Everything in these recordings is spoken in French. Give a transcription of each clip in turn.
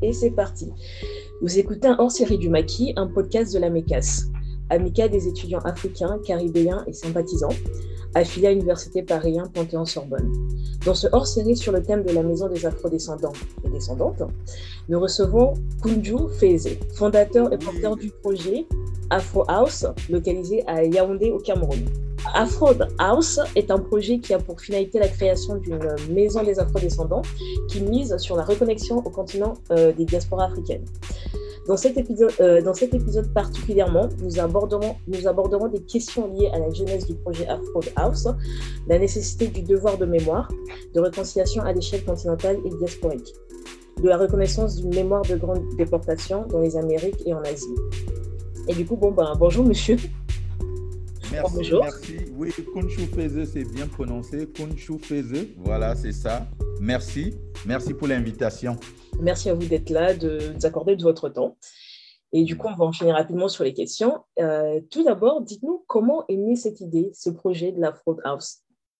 Et c'est parti. Vous écoutez un hors-série du Maquis, un podcast de la MECAS, Amica des étudiants africains, caribéens et sympathisants, affiliés à l'Université Paris 1 Panthéon-Sorbonne. Dans ce hors-série sur le thème de la Maison des Afro-descendants et descendantes, nous recevons Koundjou Feze, fondateur et porteur du projet Afro House, localisé à Yaoundé au Cameroun. Afro House est un projet qui a pour finalité la création d'une maison des Afro-descendants qui mise sur la reconnexion au continent des diasporas africaines. Dans cet épisode particulièrement, nous aborderons des questions liées à la genèse du projet Afro House, la nécessité du devoir de mémoire, de réconciliation à l'échelle continentale et diasporique, de la reconnaissance d'une mémoire de grande déportation dans les Amériques et en Asie. Et du coup, bonjour monsieur. Merci, bonjour. merci. Oui, Koundjou Feze, c'est bien prononcé. Koundjou Feze, voilà, c'est ça. Merci. Merci pour l'invitation. Merci à vous d'être là, de nous accorder de votre temps. Et du coup, on va enchaîner rapidement sur les questions. Tout d'abord, dites-nous comment est née cette idée, ce projet de l'Afro House.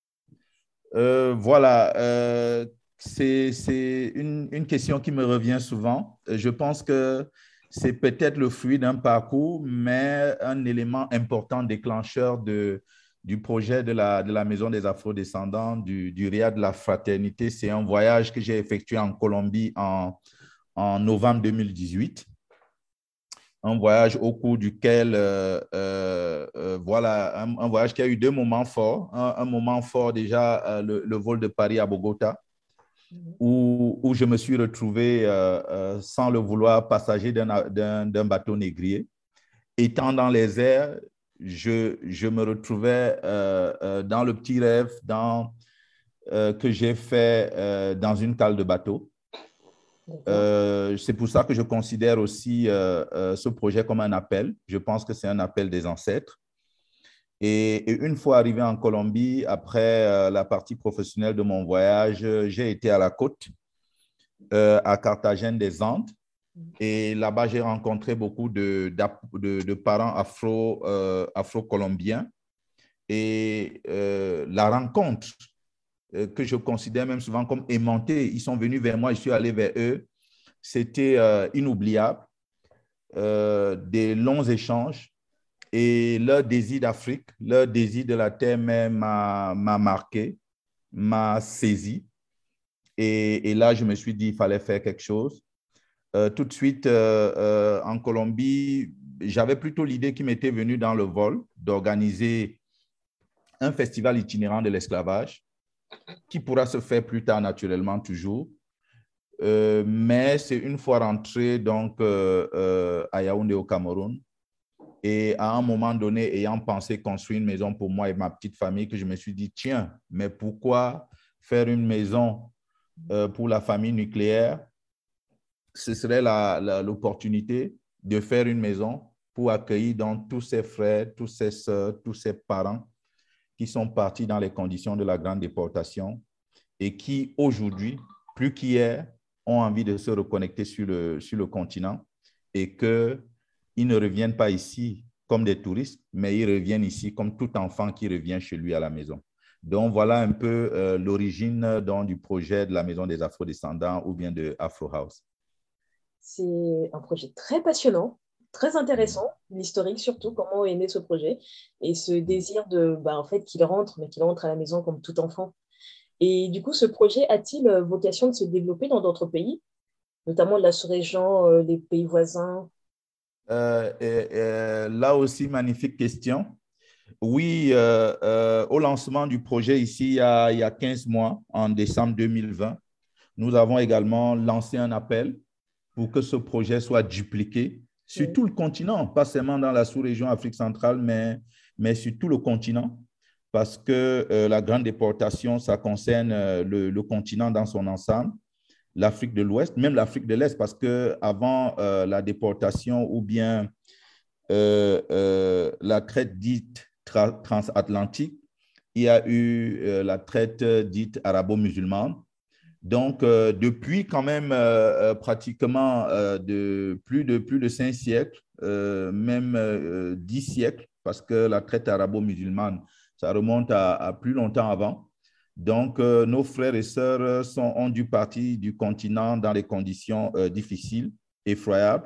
C'est une question qui me revient souvent. Je pense que c'est peut-être le fruit d'un parcours, mais un élément important déclencheur du projet de la Maison des Afro-descendants, du RIA de la Fraternité. C'est un voyage que j'ai effectué en Colombie en novembre 2018. Un voyage au cours duquel, un voyage qui a eu deux moments forts. Un moment fort déjà, le vol de Paris à Bogota, où je me suis retrouvé sans le vouloir passager d'un bateau négrier. Étant dans les airs, je me retrouvais dans le petit rêve que j'ai fait dans une cale de bateau. C'est pour ça que je considère aussi ce projet comme un appel. Je pense que c'est un appel des ancêtres. Et une fois arrivé en Colombie, après la partie professionnelle de mon voyage, j'ai été à la côte, à Carthagène des Andes. Et là-bas, j'ai rencontré beaucoup de parents afro-colombiens. Et la rencontre que je considère même souvent comme aimantée, ils sont venus vers moi, je suis allé vers eux. C'était inoubliable, des longs échanges. Et leur désir d'Afrique, leur désir de la terre m'a marqué, m'a saisi. Et là, je me suis dit, il fallait faire quelque chose. Tout de suite, en Colombie, j'avais plutôt l'idée qui m'était venue dans le vol d'organiser un festival itinérant de l'esclavage qui pourra se faire plus tard naturellement toujours. Mais c'est une fois rentré donc, à Yaoundé au Cameroun et à un moment donné, ayant pensé construire une maison pour moi et ma petite famille, que je me suis dit, tiens, mais pourquoi faire une maison pour la famille nucléaire? Ce serait l'opportunité de faire une maison pour accueillir donc tous ses frères, tous ses sœurs, tous ses parents qui sont partis dans les conditions de la grande déportation et qui aujourd'hui, plus qu'hier, ont envie de se reconnecter sur le continent et qu'ils ne reviennent pas ici comme des touristes, mais ils reviennent ici comme tout enfant qui revient chez lui à la maison. Donc, voilà un peu l'origine du projet de la Maison des Afro-descendants ou bien de Afro House. C'est un projet très passionnant, très intéressant, l'historique surtout, comment est né ce projet et ce désir en fait, qu'il rentre à la maison comme tout enfant. Et du coup, ce projet a-t-il vocation de se développer dans d'autres pays, notamment la sous-région, les pays voisins? Là aussi, magnifique question. Oui, au lancement du projet ici, il y a 15 mois, en décembre 2020, nous avons également lancé un appel pour que ce projet soit dupliqué sur tout le continent, pas seulement dans la sous-région Afrique centrale, mais sur tout le continent, parce que la grande déportation, ça concerne le continent dans son ensemble, l'Afrique de l'Ouest, même l'Afrique de l'Est, parce qu'avant la déportation ou bien la traite dite transatlantique, il y a eu la traite dite arabo-musulmane. Donc, depuis quand même pratiquement plus de 5 siècles, même 10 siècles, parce que la traite arabo-musulmane, ça remonte à plus longtemps avant. Donc, nos frères et sœurs ont dû partir du continent dans des conditions difficiles, effroyables.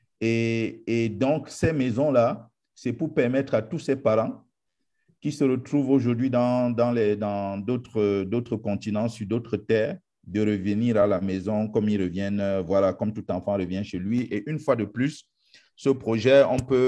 Et donc, ces maisons-là, c'est pour permettre à tous ces parents qui se retrouvent aujourd'hui dans d'autres continents, sur d'autres terres, de revenir à la maison comme ils reviennent, voilà, comme tout enfant revient chez lui. Et une fois de plus, ce projet,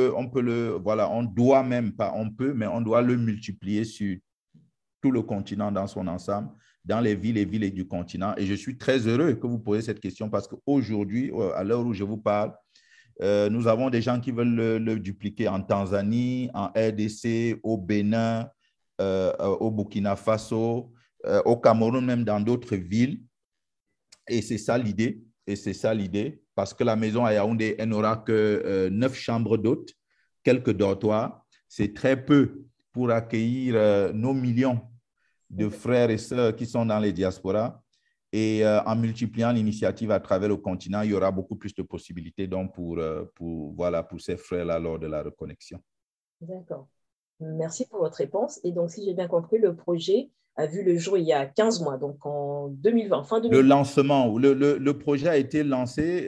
on doit même pas, on peut, mais on doit le multiplier sur tout le continent dans son ensemble, dans les villes et du continent. Et je suis très heureux que vous posiez cette question parce qu'aujourd'hui, à l'heure où je vous parle, nous avons des gens qui veulent le dupliquer en Tanzanie, en RDC, au Bénin, au Burkina Faso, au Cameroun, même dans d'autres villes. Et c'est ça l'idée. Et c'est ça l'idée. Parce que la maison à Yaoundé, elle n'aura que 9 chambres d'hôtes, quelques dortoirs. C'est très peu pour accueillir nos millions de frères et sœurs qui sont dans les diasporas. Et en multipliant l'initiative à travers le continent, il y aura beaucoup plus de possibilités donc pour ces frères-là lors de la reconnexion. D'accord. Merci pour votre réponse. Et donc, si j'ai bien compris, le projet a vu le jour il y a 15 mois, donc en 2020, fin 2020. Le lancement, le projet a été lancé,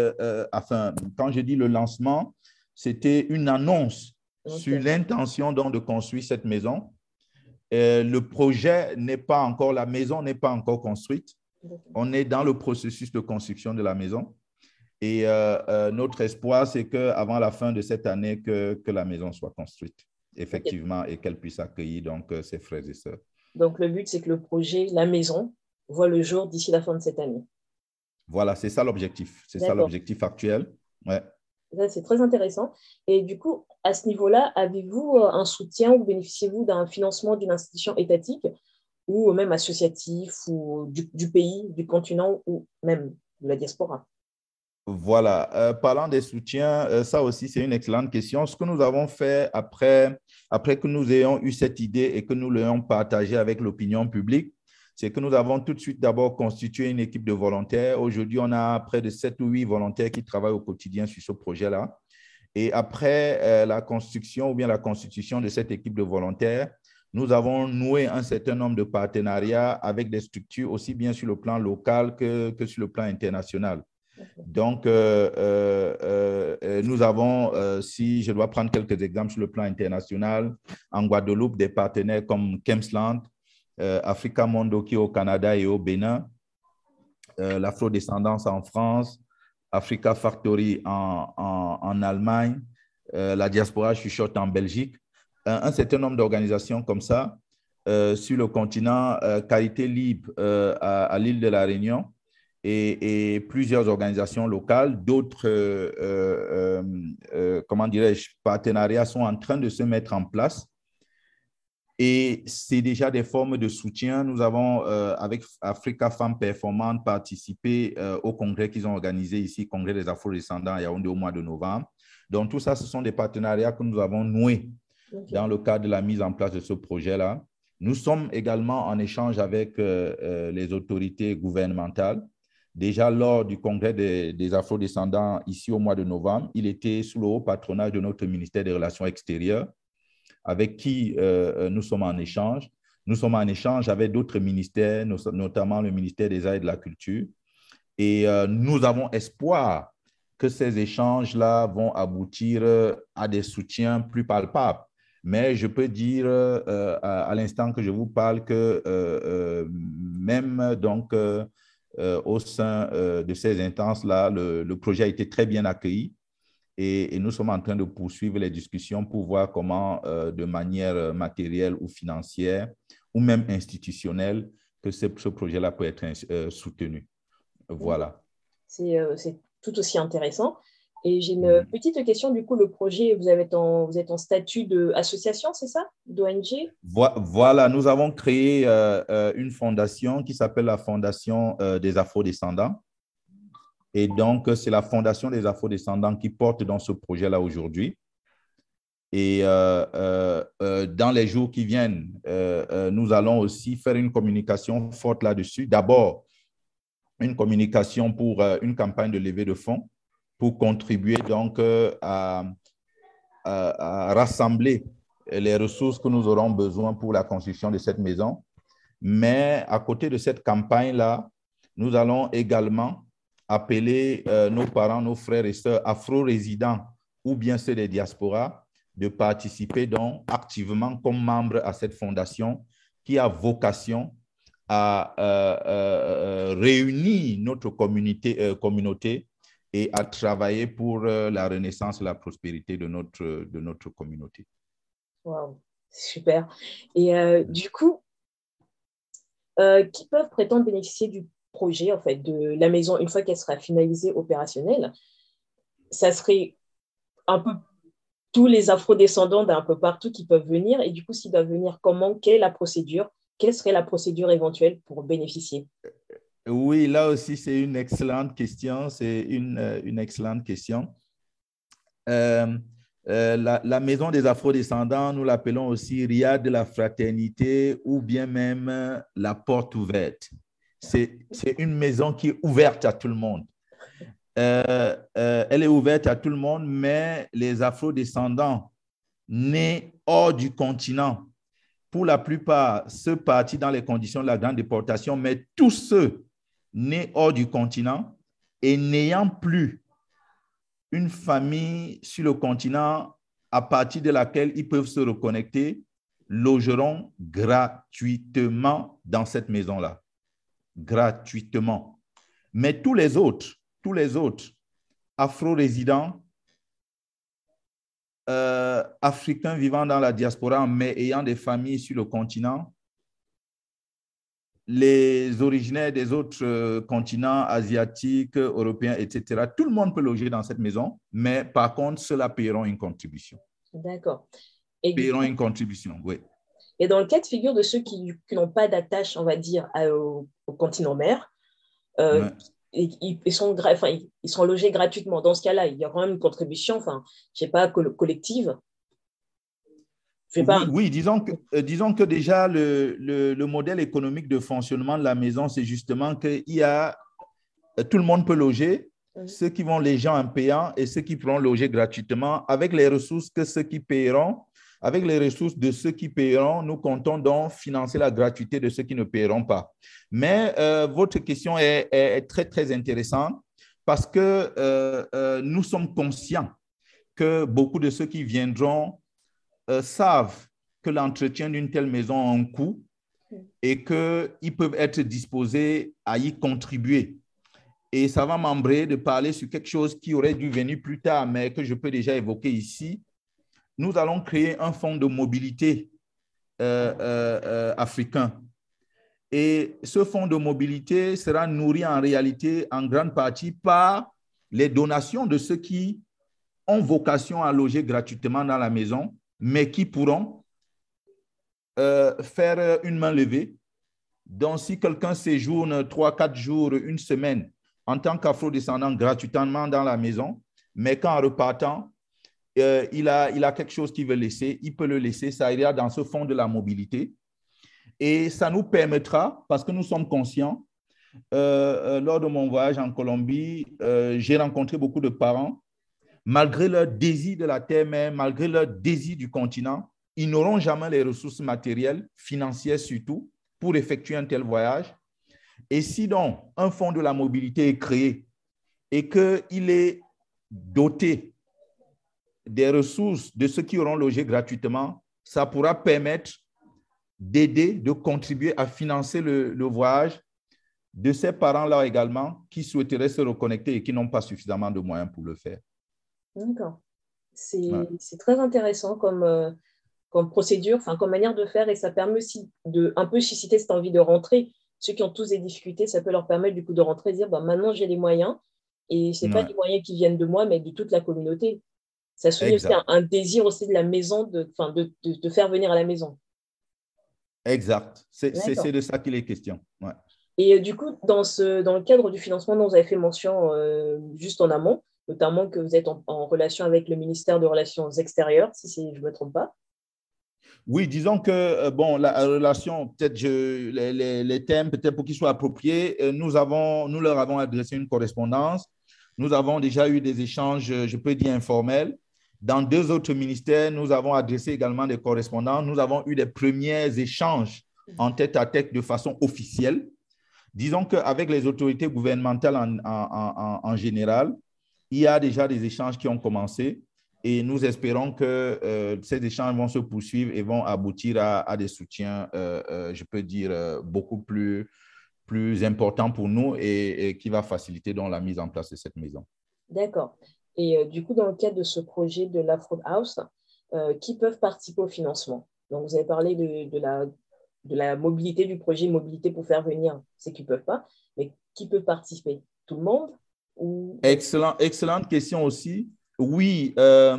quand je dis le lancement, c'était une annonce sur l'intention donc de construire cette maison. Le projet n'est pas encore, la maison n'est pas encore construite. On est dans le processus de construction de la maison. Et notre espoir, c'est qu'avant la fin de cette année, que la maison soit construite, effectivement, et qu'elle puisse accueillir donc ses frères et sœurs. Donc, le but, c'est que le projet, la maison, voit le jour d'ici la fin de cette année. Voilà, c'est ça l'objectif. C'est ça l'objectif actuel. Ouais. C'est très intéressant. Et du coup, à ce niveau-là, avez-vous un soutien ou bénéficiez-vous d'un financement d'une institution étatique ou même associatif ou du pays, du continent ou même de la diaspora? Voilà. Parlant des soutiens, ça aussi, c'est une excellente question. Ce que nous avons fait après que nous ayons eu cette idée et que nous l'ayons partagée avec l'opinion publique, c'est que nous avons tout de suite d'abord constitué une équipe de volontaires. Aujourd'hui, on a près de 7 ou 8 volontaires qui travaillent au quotidien sur ce projet-là. Et après la construction ou bien la constitution de cette équipe de volontaires, nous avons noué un certain nombre de partenariats avec des structures aussi bien sur le plan local que sur le plan international. Donc, nous avons, si je dois prendre quelques exemples sur le plan international, en Guadeloupe, des partenaires comme Kemsland, Africa Mondo qui est au Canada et au Bénin, l'Afrodescendance en France, Africa Factory en Allemagne, la Diaspora Chuchote en Belgique, un certain nombre d'organisations comme ça. Sur le continent, Carité Libre à l'île de la Réunion et plusieurs organisations locales. D'autres, comment dirais-je, partenariats sont en train de se mettre en place. Et c'est déjà des formes de soutien. Nous avons, avec Africa Femmes Performantes, participé au congrès qu'ils ont organisé ici, congrès des Afro-descendants à Yaoundé au mois de novembre. Donc, tout ça, ce sont des partenariats que nous avons noués dans le cadre de la mise en place de ce projet-là. Nous sommes également en échange avec les autorités gouvernementales. Déjà, lors du congrès des Afro-descendants ici au mois de novembre, il était sous le haut patronage de notre ministère des Relations extérieures, avec qui nous sommes en échange. Nous sommes en échange avec d'autres ministères, notamment le ministère des Arts et de la Culture. Et nous avons espoir que ces échanges-là vont aboutir à des soutiens plus palpables. Mais je peux dire à l'instant que je vous parle que même donc au sein de ces instances-là, le projet a été très bien accueilli. Et nous sommes en train de poursuivre les discussions pour voir comment, de manière matérielle ou financière, ou même institutionnelle, que ce projet-là peut être soutenu. Voilà. C'est tout aussi intéressant. Et j'ai une petite question. Du coup, le projet, vous êtes en statut d'association, c'est ça? D'ONG? Voilà, nous avons créé une fondation qui s'appelle la Fondation des Afro-descendants. Et donc, c'est la Fondation des Afro-descendants qui porte dans ce projet-là aujourd'hui. Et dans les jours qui viennent, nous allons aussi faire une communication forte là-dessus. D'abord, une communication pour une campagne de levée de fonds pour contribuer donc à rassembler les ressources que nous aurons besoin pour la construction de cette maison. Mais à côté de cette campagne-là, nous allons également appeler nos parents, nos frères et sœurs afro-résidents ou bien ceux des diasporas de participer donc activement comme membres à cette fondation qui a vocation à réunir notre communauté et à travailler pour la renaissance et la prospérité de notre communauté. Wow, super. Et du coup, qui peuvent prétendre bénéficier du projet, en fait, de la maison une fois qu'elle sera finalisée, opérationnelle? Ça serait un peu tous les afro-descendants d'un peu partout qui peuvent venir. Et du coup, s'ils doivent venir, comment? Quelle est la procédure? Quelle serait la procédure éventuelle pour bénéficier? Oui, là aussi, c'est une excellente question. C'est une excellente question. La maison des afro-descendants, nous l'appelons aussi Riad de la fraternité ou bien même la porte ouverte. C'est une maison qui est ouverte à tout le monde. Elle est ouverte à tout le monde, mais les afro-descendants nés hors du continent, pour la plupart, ceux partis dans les conditions de la grande déportation, mais tous ceux nés hors du continent et n'ayant plus une famille sur le continent à partir de laquelle ils peuvent se reconnecter, logeront gratuitement dans cette maison-là. Gratuitement. Mais tous les autres afro-résidents, africains vivant dans la diaspora, mais ayant des familles sur le continent, les originaires des autres continents asiatiques, européens, etc. Tout le monde peut loger dans cette maison, mais par contre, ceux-là paieront une contribution. D'accord. Paieront une contribution, oui. Et dans le cas de figure de ceux qui n'ont pas d'attache, on va dire, au continent mère, ouais. Ils sont logés gratuitement. Dans ce cas-là, il y a quand même une contribution, enfin, je ne sais pas, collective. Oui, disons que déjà, le modèle économique de fonctionnement de la maison, c'est justement que tout le monde peut loger, ceux qui vont loger en payant et ceux qui pourront loger gratuitement avec les ressources que ceux qui paieront. Avec les ressources de ceux qui paieront, nous comptons donc financer la gratuité de ceux qui ne paieront pas. Mais votre question est très, très intéressante parce que nous sommes conscients que beaucoup de ceux qui viendront savent que l'entretien d'une telle maison a un coût et qu'ils peuvent être disposés à y contribuer. Et ça va m'embrayer de parler sur quelque chose qui aurait dû venir plus tard, mais que je peux déjà évoquer ici. Nous allons créer un fonds de mobilité africain. Et ce fonds de mobilité sera nourri en réalité en grande partie par les donations de ceux qui ont vocation à loger gratuitement dans la maison, mais qui pourront faire une main levée. Donc, si quelqu'un séjourne 3-4 jours, une semaine, en tant qu'afro-descendant gratuitement dans la maison, mais qu'en repartant, il a quelque chose qu'il veut laisser, il peut le laisser, ça ira dans ce fonds de la mobilité. Et ça nous permettra, parce que nous sommes conscients, lors de mon voyage en Colombie, j'ai rencontré beaucoup de parents, malgré leur désir de la terre-mère, malgré leur désir du continent, ils n'auront jamais les ressources matérielles, financières surtout, pour effectuer un tel voyage. Et si donc un fonds de la mobilité est créé et qu'il est doté des ressources de ceux qui auront logé gratuitement, ça pourra permettre d'aider, de contribuer à financer le voyage de ces parents-là également qui souhaiteraient se reconnecter et qui n'ont pas suffisamment de moyens pour le faire. D'accord. C'est très intéressant comme procédure, enfin, comme manière de faire, et ça permet aussi de un peu susciter cette envie de rentrer. Ceux qui ont tous des difficultés, ça peut leur permettre du coup de rentrer et dire bah, maintenant j'ai les moyens, et ce n'est pas des moyens qui viennent de moi, mais de toute la communauté. Ça souligne aussi un désir aussi de la maison, de faire venir à la maison. Exact. C'est de ça qu'il est question. Ouais. Et du coup, dans le cadre du financement dont vous avez fait mention juste en amont, notamment que vous êtes en relation avec le ministère des Relations extérieures, si je ne me trompe pas. Oui, disons que, bon, la relation, peut-être les thèmes, peut-être pour qu'ils soient appropriés, nous leur avons adressé une correspondance. Nous avons déjà eu des échanges, je peux dire informels. Dans 2 autres ministères, nous avons adressé également des correspondances. Nous avons eu des premiers échanges en tête-à-tête de façon officielle. Disons qu'avec les autorités gouvernementales en général, il y a déjà des échanges qui ont commencé et nous espérons que ces échanges vont se poursuivre et vont aboutir à des soutiens, je peux dire, beaucoup plus importants pour nous et qui va faciliter donc la mise en place de cette maison. D'accord. Et du coup, dans le cadre de ce projet de l'Afro House, qui peuvent participer au financement? Donc, vous avez parlé de la mobilité, du projet mobilité pour faire venir ceux qui ne peuvent pas, mais qui peut participer? Tout le monde ou... Excellente question aussi. Oui,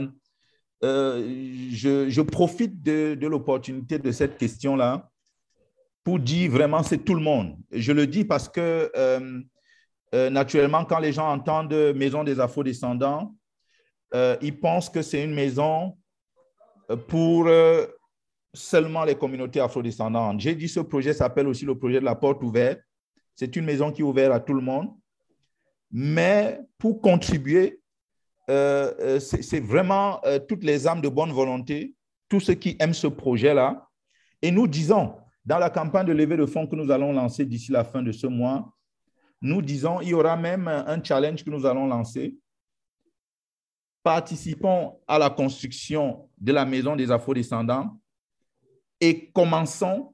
je profite de l'opportunité de cette question-là pour dire vraiment c'est tout le monde. Je le dis parce que naturellement, quand les gens entendent Maison des Afro-descendants, ils pensent que c'est une maison pour seulement les communautés afro-descendantes. J'ai dit ce projet s'appelle aussi le projet de la porte ouverte. C'est une maison qui est ouverte à tout le monde. Mais pour contribuer, c'est vraiment toutes les âmes de bonne volonté, tous ceux qui aiment ce projet-là. Et nous disons, dans la campagne de levée de fonds que nous allons lancer d'ici la fin de ce mois, nous disons, il y aura même un challenge que nous allons lancer. Participons à la construction de la maison des Afro-descendants et commençons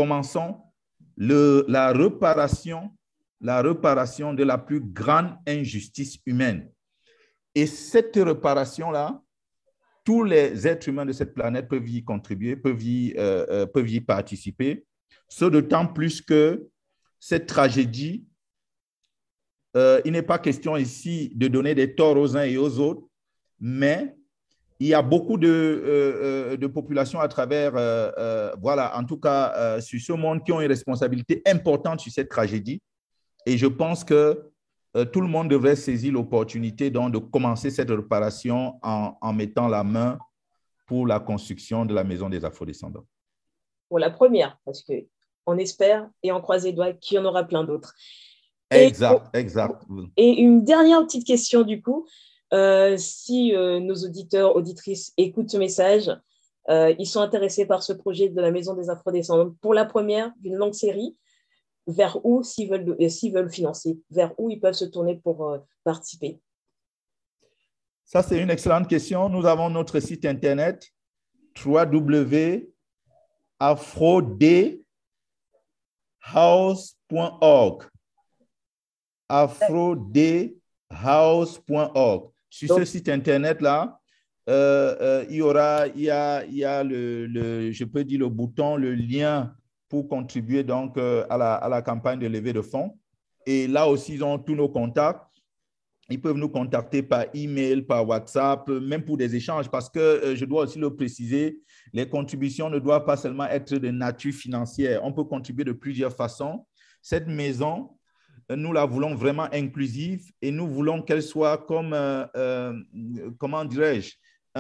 la réparation de la plus grande injustice humaine. Et cette réparation-là, tous les êtres humains de cette planète peuvent y contribuer, peuvent y participer, ce d'autant plus que cette tragédie, il n'est pas question ici de donner des torts aux uns et aux autres, mais il y a beaucoup de populations à travers, voilà, en tout cas, sur ce monde qui ont une responsabilité importante sur cette tragédie. Et je pense que tout le monde devrait saisir l'opportunité donc de commencer cette réparation en mettant la main pour la construction de la maison des Afro-descendants. Pour la première, parce qu'on espère et on croise les doigts qu'il y en aura plein d'autres. Exact. Et une dernière petite question du coup. Si nos auditeurs, auditrices écoutent ce message, ils sont intéressés par ce projet de la Maison des Afro-descendants pour la première d'une longue série, vers où, s'ils veulent financer, vers où ils peuvent se tourner pour participer? Ça, c'est une excellente question. Nous avons notre site internet www.afrodhouse.org. afrodhouse.org. Sur ce site internet-là, il y a je peux dire le bouton, le lien pour contribuer donc à la campagne de levée de fonds. Et là aussi, ils ont tous nos contacts. Ils peuvent nous contacter par email, par WhatsApp, même pour des échanges, parce que je dois aussi le préciser, les contributions ne doivent pas seulement être de nature financière. On peut contribuer de plusieurs façons. Cette maison, nous la voulons vraiment inclusive et nous voulons qu'elle soit comme, comment dirais-je,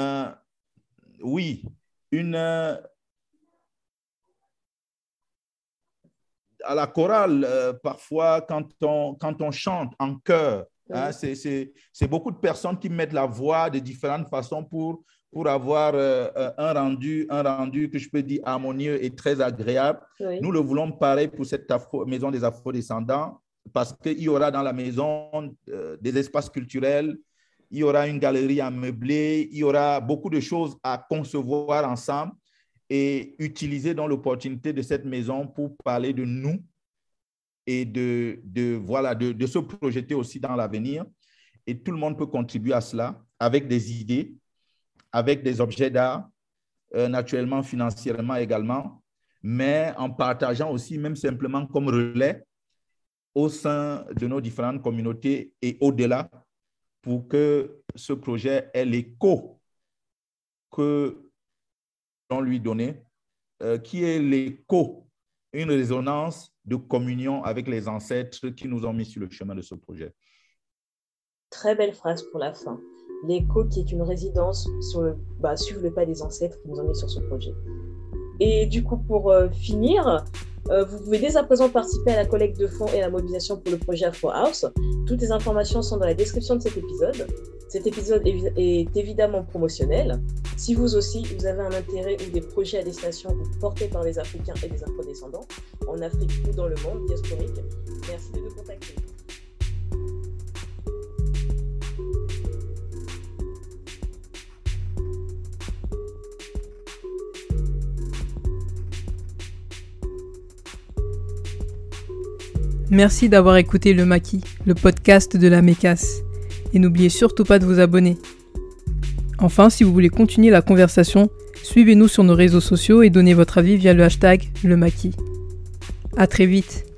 à la chorale, parfois, quand on chante en chœur, hein, c'est beaucoup de personnes qui mettent la voix de différentes façons pour avoir un rendu que je peux dire harmonieux et très agréable. Oui. Nous le voulons pareil pour cette maison des Afro-descendants, parce qu'il y aura dans la maison des espaces culturels, il y aura une galerie à meubler, il y aura beaucoup de choses à concevoir ensemble et utiliser dans l'opportunité de cette maison pour parler de nous et de se projeter aussi dans l'avenir. Et tout le monde peut contribuer à cela avec des idées, avec des objets d'art, naturellement, financièrement également, mais en partageant aussi, même simplement comme relais, au sein de nos différentes communautés et au-delà pour que ce projet ait l'écho que l'on lui donnait, qui est l'écho, une résonance de communion avec les ancêtres qui nous ont mis sur le chemin de ce projet. Très belle phrase pour la fin. L'écho qui est une résidence suivre le pas des ancêtres qui nous ont mis sur ce projet. Et du coup, pour finir, vous pouvez dès à présent participer à la collecte de fonds et à la mobilisation pour le projet Afro House. Toutes les informations sont dans la description de cet épisode. Cet épisode est évidemment promotionnel. Si vous aussi, vous avez un intérêt ou des projets à destination portés par des Africains et des Afro-descendants, en Afrique ou dans le monde diasporique, merci de nous contacter. Merci d'avoir écouté Le Maquis, le podcast de la MECAS. Et n'oubliez surtout pas de vous abonner. Enfin, si vous voulez continuer la conversation, suivez-nous sur nos réseaux sociaux et donnez votre avis via le hashtag Le Maquis. À très vite.